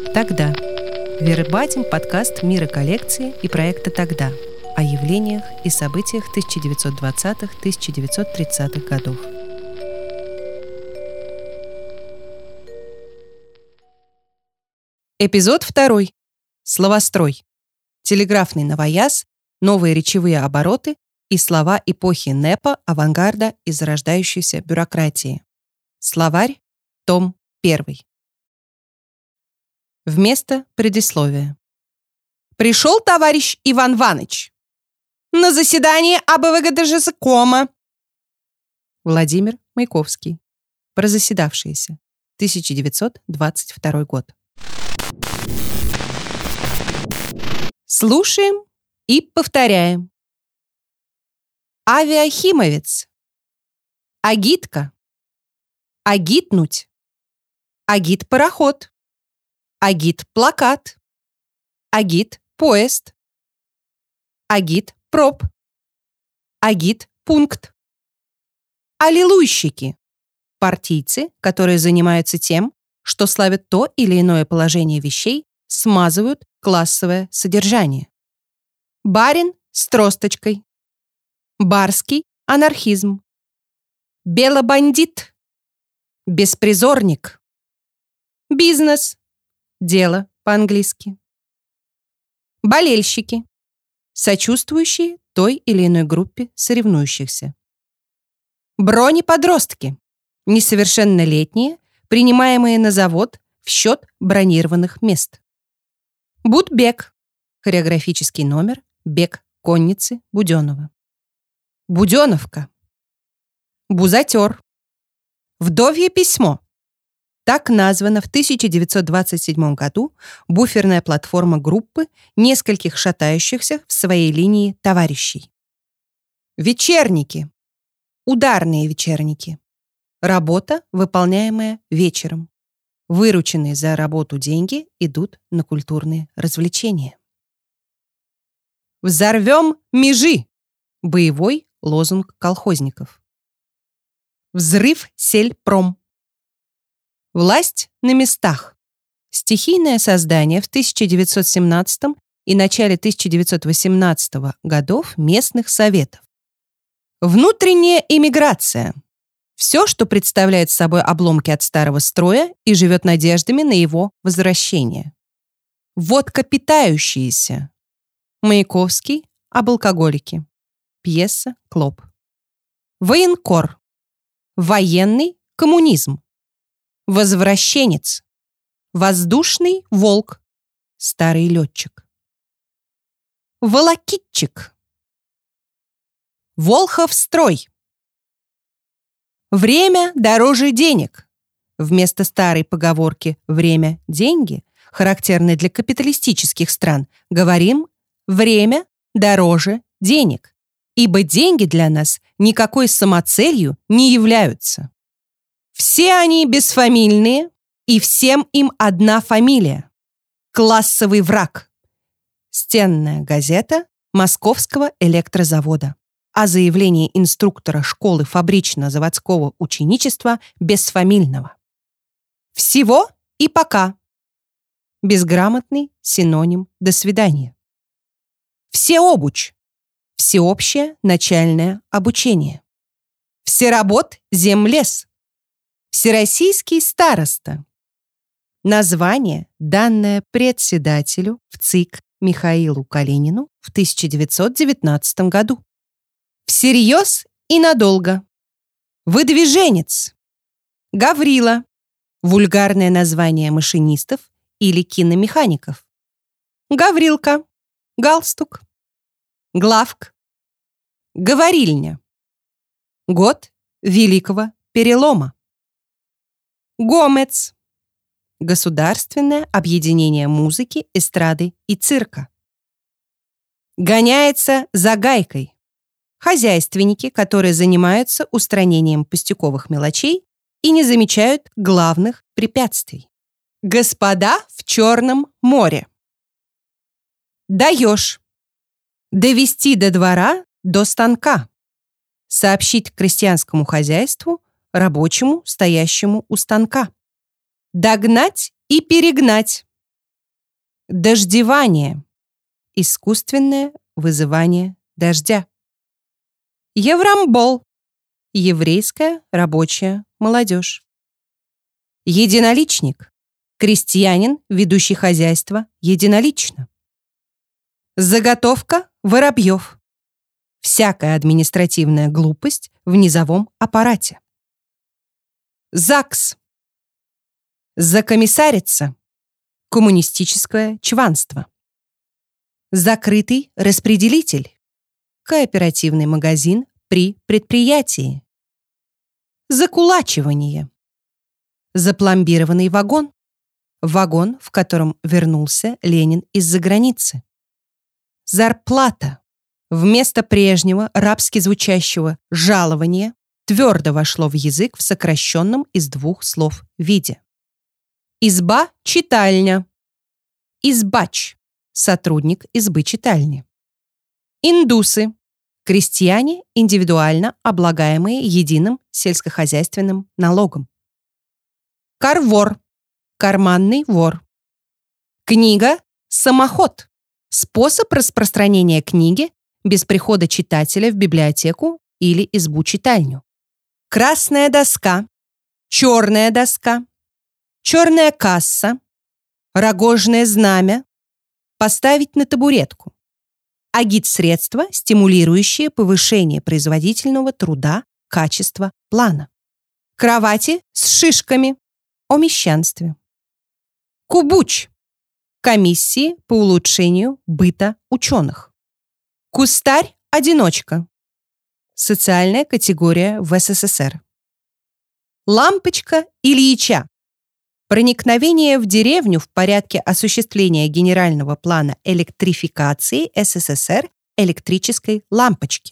Тогда. Вербатим подкаст мира коллекции и проекта «Тогда» о явлениях и событиях 1920-1930-х годов. Эпизод 2. Словострой. Телеграфный новояз, новые речевые обороты и слова эпохи НЭПа, авангарда и зарождающейся бюрократии. Словарь, том 1. Вместо предисловия. Пришел товарищ Иван Ваныч на заседание АБВГДЖСКома. Владимир Маяковский. Прозаседавшиеся. 1922 год. Слушаем и повторяем. Авиахимовец. Агитка. Агитнуть. Агит-пароход. Агит-плакат. Агит-поезд. Агит-проб. Агит-пункт. Аллилуйщики. Партийцы, которые занимаются тем, что славят то или иное положение вещей, смазывают классовое содержание. Барин с тросточкой. Барский анархизм. Белобандит. Беспризорник. Бизнес. Дело по-английски. Болельщики. Сочувствующие той или иной группе соревнующихся. Бронеподростки. Несовершеннолетние, принимаемые на завод в счет бронированных мест. Будбек. Хореографический номер «Бег конницы» Буденова. Буденовка. Бузатер. Вдовье письмо. Так названа в 1927 году буферная платформа группы нескольких шатающихся в своей линии товарищей. Вечерники. Ударные вечерники. Работа, выполняемая вечером. Вырученные за работу деньги идут на культурные развлечения. Взорвем межи. Боевой лозунг колхозников. Взрыв сельпром. Власть на местах. Стихийное создание в 1917 и начале 1918 годов местных советов. Внутренняя эмиграция. Все, что представляет собой обломки от старого строя и живет надеждами на его возвращение. Водка питающиеся. Маяковский об алкоголике. Пьеса «Клоп». Военкор. Военный коммунизм. Возвращенец. Воздушный волк. Старый летчик. Волокитчик. Волховстрой. Время дороже денег. Вместо старой поговорки «время – деньги», характерной для капиталистических стран, говорим «время дороже денег», ибо деньги для нас никакой самоцелью не являются. Все они бесфамильные, и всем им одна фамилия. Классовый враг. Стенная газета Московского электрозавода. О заявлении инструктора школы фабрично-заводского ученичества бесфамильного. Всего и пока. Безграмотный синоним «до свидания». Всеобуч. Всеобщее начальное обучение. Всеработ землес. Всероссийский староста. Название, данное председателю в ЦИК Михаилу Калинину в 1919 году. Всерьез и надолго. Выдвиженец. Гаврила. Вульгарное название машинистов или киномехаников. Гаврилка. Галстук. Главк. Говорильня. Год Великого Перелома. Гомец. Государственное объединение музыки, эстрады и цирка. Гоняется за гайкой. Хозяйственники, которые занимаются устранением пустяковых мелочей и не замечают главных препятствий. Господа в Черном море. Даешь. Довести до двора, до станка. Сообщить крестьянскому хозяйству, рабочему, стоящему у станка. Догнать и перегнать. Дождевание. Искусственное вызывание дождя. Еврамбол. Еврейская рабочая молодежь. Единоличник. Крестьянин, ведущий хозяйство единолично. Заготовка воробьев. Всякая административная глупость в низовом аппарате. ЗАГС. Закомиссариться. Коммунистическое чванство. Закрытый распределитель. Кооперативный магазин при предприятии. Закулачивание. Запломбированный вагон. Вагон, в котором вернулся Ленин из-за границы. Зарплата. Вместо прежнего рабски звучащего жалования твердо вошло в язык в сокращенном из двух слов виде. Изба-читальня. Избач. Сотрудник избы-читальни. Индусы. Крестьяне, индивидуально облагаемые единым сельскохозяйственным налогом. Карвор. Карманный вор. Книга «Самоход». Способ распространения книги без прихода читателя в библиотеку или избу-читальню. Красная доска. Черная доска. Черная касса. Рогожное знамя. Поставить на табуретку. Агит-средства, стимулирующие повышение производительного труда, качества, плана. Кровати с шишками. О мещанстве. Кубуч. Комиссии по улучшению быта ученых. Кустарь-одиночка. Социальная категория в СССР. Лампочка Ильича. Проникновение в деревню в порядке осуществления генерального плана электрификации СССР электрической лампочки.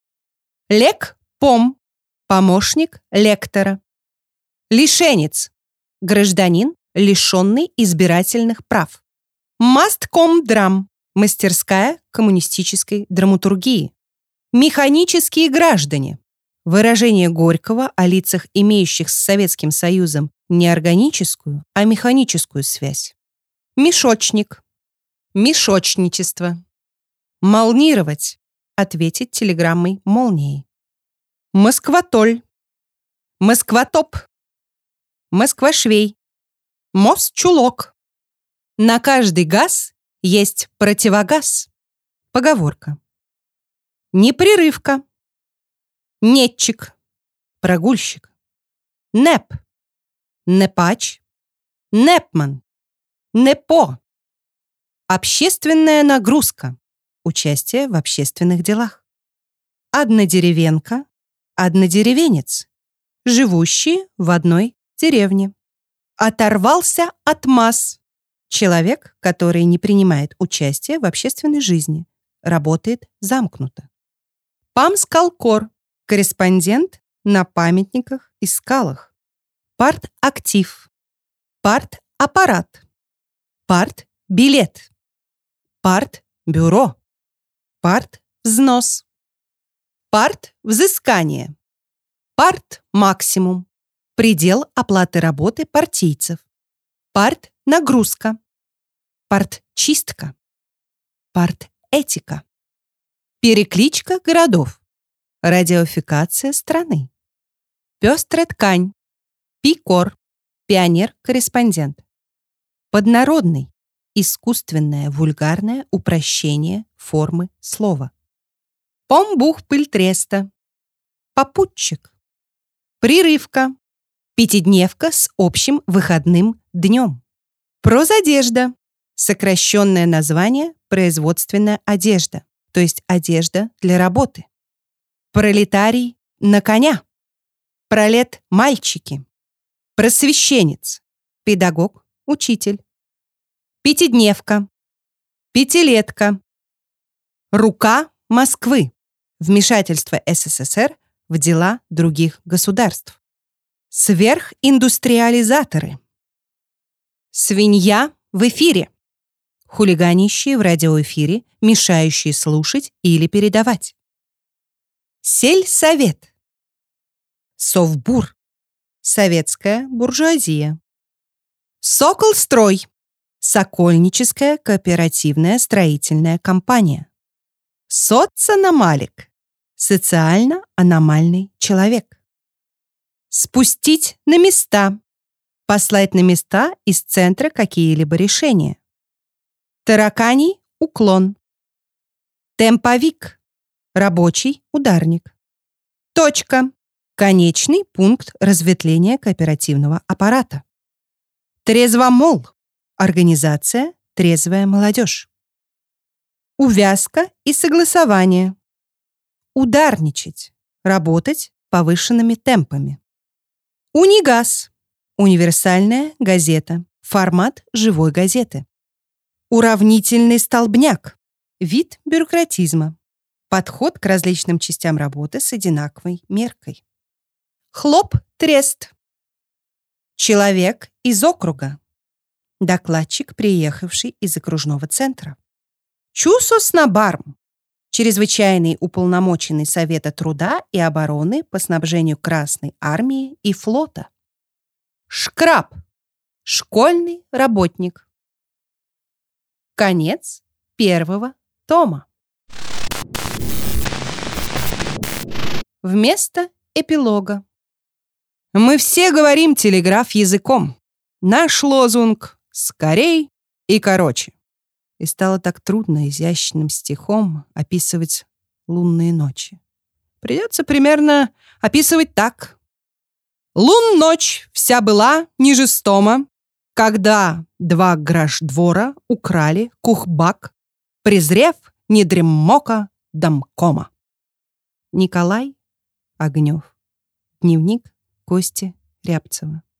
Лек-пом. Помощник лектора. Лишенец. Гражданин, лишенный избирательных прав. Масткомдрам. Мастерская коммунистической драматургии. Механические граждане. Выражение Горького о лицах, имеющих с Советским Союзом не органическую, а механическую связь. Мешочник. Мешочничество. Молнировать. Ответить телеграммой молнией. Москватоль. Москватоп. Москвашвей. Мост-чулок. На каждый газ есть противогаз. Поговорка. Непрерывка. Нетчик. Прогульщик. Неп. Непач. Непман. Непо. Общественная нагрузка. Участие в общественных делах. Однодеревенка. Однодеревенец. Живущие в одной деревне. Оторвался от масс. Человек, который не принимает участие в общественной жизни, работает замкнуто. Памскалкор. Корреспондент на памятниках и скалах. Парт-актив. Парт-аппарат. Парт-билет. Парт-бюро. Парт-взнос. Парт-взыскание. Парт-максимум. Предел оплаты работы партийцев. Парт-нагрузка. Парт-чистка. Парт-этика. Перекличка городов. Радиофикация страны. Пестрая ткань. Пикор. Пионер-корреспондент. Поднародный. Искусственное вульгарное упрощение формы слова. Помбух-пыльтреста. Попутчик. Прерывка. Пятидневка с общим выходным днем. Прозодежда. Сокращенное название производственная одежда, то есть одежда для работы. Пролетарий на коня. Пролет-мальчики. Просвещенец. Педагог, учитель. Пятидневка. Пятилетка. Рука Москвы. Вмешательство СССР в дела других государств. Сверхиндустриализаторы. Свинья в эфире. Хулиганящие в радиоэфире, мешающие слушать или передавать. Сельсовет. Совбур. Советская буржуазия. Соколстрой. Сокольническая кооперативная строительная компания. Соцаномалик. Социально-аномальный человек. Спустить на места. Послать на места из центра какие-либо решения. Тараканий уклон. Темповик. Рабочий ударник. Точка. Конечный пункт разветвления кооперативного аппарата. Трезвомол. Организация «Трезвая молодежь». Увязка и согласование. Ударничать. Работать повышенными темпами. Унигаз. Универсальная газета. Формат живой газеты. Уравнительный столбняк. Вид бюрократизма. Подход к различным частям работы с одинаковой меркой. Хлоп-трест. Человек из округа. Докладчик, приехавший из окружного центра. Чусоснабарм. Чрезвычайный уполномоченный Совета труда и обороны по снабжению Красной армии и флота. Шкраб. Школьный работник. Конец первого тома. Вместо эпилога. Мы все говорим телеграф языком. Наш лозунг «Скорей и короче». И стало так трудно изящным стихом описывать лунные ночи. Придется примерно описывать так. Лун-ночь вся была нежестома, когда два граждвора украли кухбак, презрев недремока домкома. Николай Огнев. Дневник Кости Рябцева.